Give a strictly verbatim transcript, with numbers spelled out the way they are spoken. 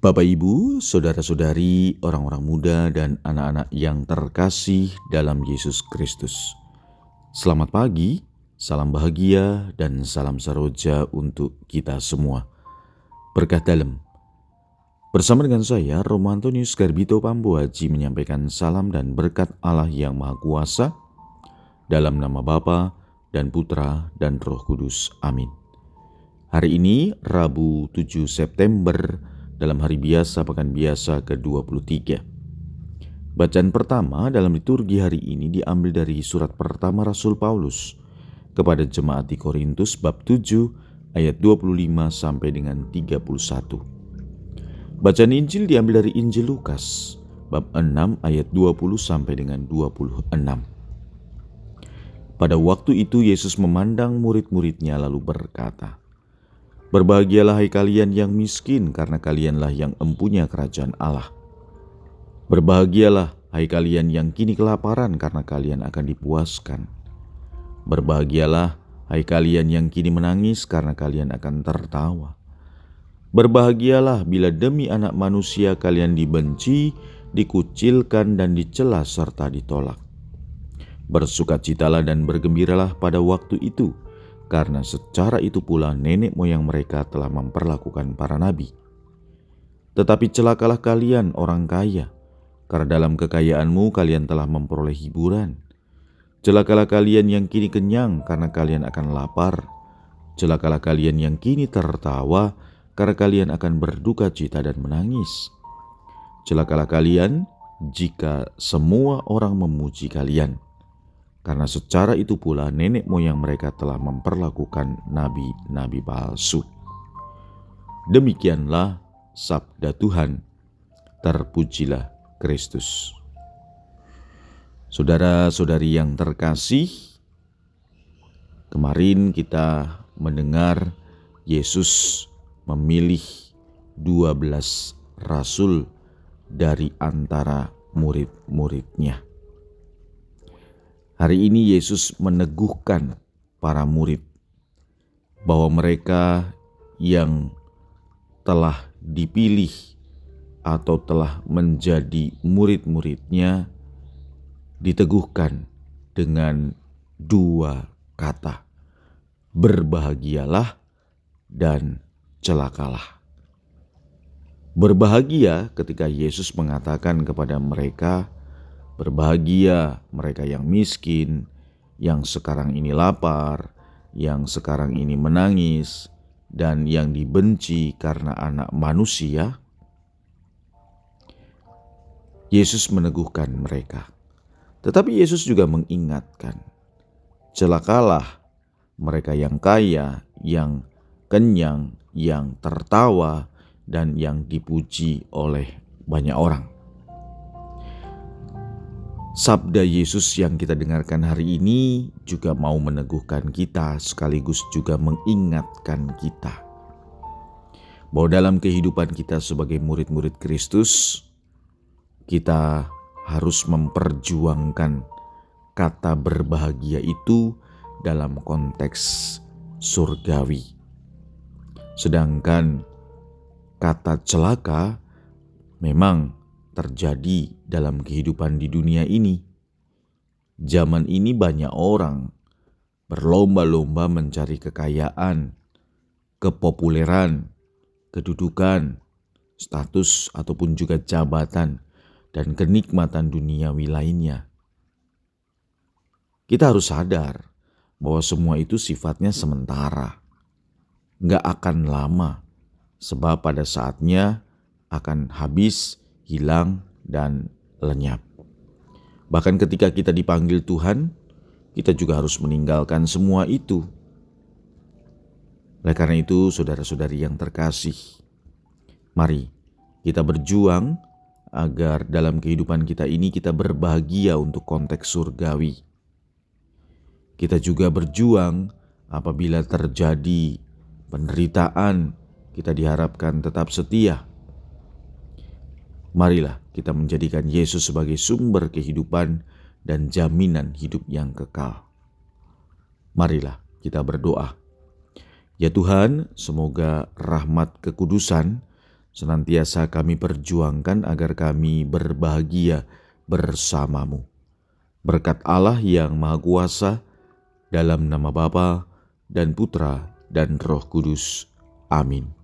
Bapak, Ibu, saudara-saudari, orang-orang muda, dan anak-anak yang terkasih dalam Yesus Kristus. Selamat pagi, salam bahagia, dan salam saroja untuk kita semua. Berkah dalam. Bersama dengan saya, Romo Antonius Garbito Pambuaji menyampaikan salam dan berkat Allah yang Maha Kuasa, dalam nama Bapa dan Putra dan Roh Kudus. Amin. Hari ini, Rabu tujuh September, dalam hari biasa pekan biasa ke dua puluh tiga. Bacaan pertama dalam liturgi hari ini diambil dari surat pertama Rasul Paulus kepada jemaat di Korintus bab tujuh ayat dua puluh lima sampai dengan tiga puluh satu. Bacaan Injil diambil dari Injil Lukas bab enam ayat dua puluh sampai dengan dua puluh enam. Pada waktu itu Yesus memandang murid-muridnya lalu berkata, "Berbahagialah hai kalian yang miskin, karena kalianlah yang empunya kerajaan Allah. Berbahagialah hai kalian yang kini kelaparan, karena kalian akan dipuaskan. Berbahagialah hai kalian yang kini menangis, karena kalian akan tertawa. Berbahagialah bila demi Anak Manusia kalian dibenci, dikucilkan dan dicela serta ditolak. Bersukacitalah dan bergembiralah pada waktu itu, karena secara itu pula nenek moyang mereka telah memperlakukan para nabi. Tetapi celakalah kalian orang kaya, karena dalam kekayaanmu kalian telah memperoleh hiburan. Celakalah kalian yang kini kenyang, karena kalian akan lapar. Celakalah kalian yang kini tertawa, karena kalian akan berduka cita dan menangis. Celakalah kalian jika semua orang memuji kalian, karena secara itu pula nenek moyang mereka telah memperlakukan nabi-nabi palsu." Demikianlah sabda Tuhan. Terpujilah Kristus. Saudara-saudari yang terkasih, kemarin kita mendengar Yesus memilih dua belas rasul dari antara murid-muridnya. Hari ini Yesus meneguhkan para murid bahwa mereka yang telah dipilih atau telah menjadi murid-muridnya diteguhkan dengan dua kata, berbahagialah dan celakalah. Berbahagia ketika Yesus mengatakan kepada mereka, berbahagia mereka yang miskin, yang sekarang ini lapar, yang sekarang ini menangis, dan yang dibenci karena Anak Manusia. Yesus meneguhkan mereka. Tetapi Yesus juga mengingatkan, celakalah mereka yang kaya, yang kenyang, yang tertawa, dan yang dipuji oleh banyak orang. Sabda Yesus yang kita dengarkan hari ini juga mau meneguhkan kita, sekaligus juga mengingatkan kita bahwa dalam kehidupan kita sebagai murid-murid Kristus, kita harus memperjuangkan kata berbahagia itu dalam konteks surgawi. Sedangkan kata celaka memang terjadi dalam kehidupan di dunia ini. Zaman ini banyak orang berlomba-lomba mencari kekayaan, kepopuleran, kedudukan, status ataupun juga jabatan dan kenikmatan duniawi lainnya. Kita harus sadar bahwa semua itu sifatnya sementara, gak akan lama, sebab pada saatnya akan habis, hilang, dan lenyap. Bahkan ketika kita dipanggil Tuhan, kita juga harus meninggalkan semua itu. Oleh karena itu, saudara-saudari yang terkasih, mari kita berjuang agar dalam kehidupan kita ini kita berbahagia untuk konteks surgawi. Kita juga berjuang apabila terjadi penderitaan, kita diharapkan tetap setia. Marilah kita menjadikan Yesus sebagai sumber kehidupan dan jaminan hidup yang kekal. Marilah kita berdoa. Ya Tuhan, semoga rahmat kekudusan senantiasa kami perjuangkan agar kami berbahagia bersama-Mu. Berkat Allah yang Maha Kuasa, dalam nama Bapa dan Putra dan Roh Kudus. Amin.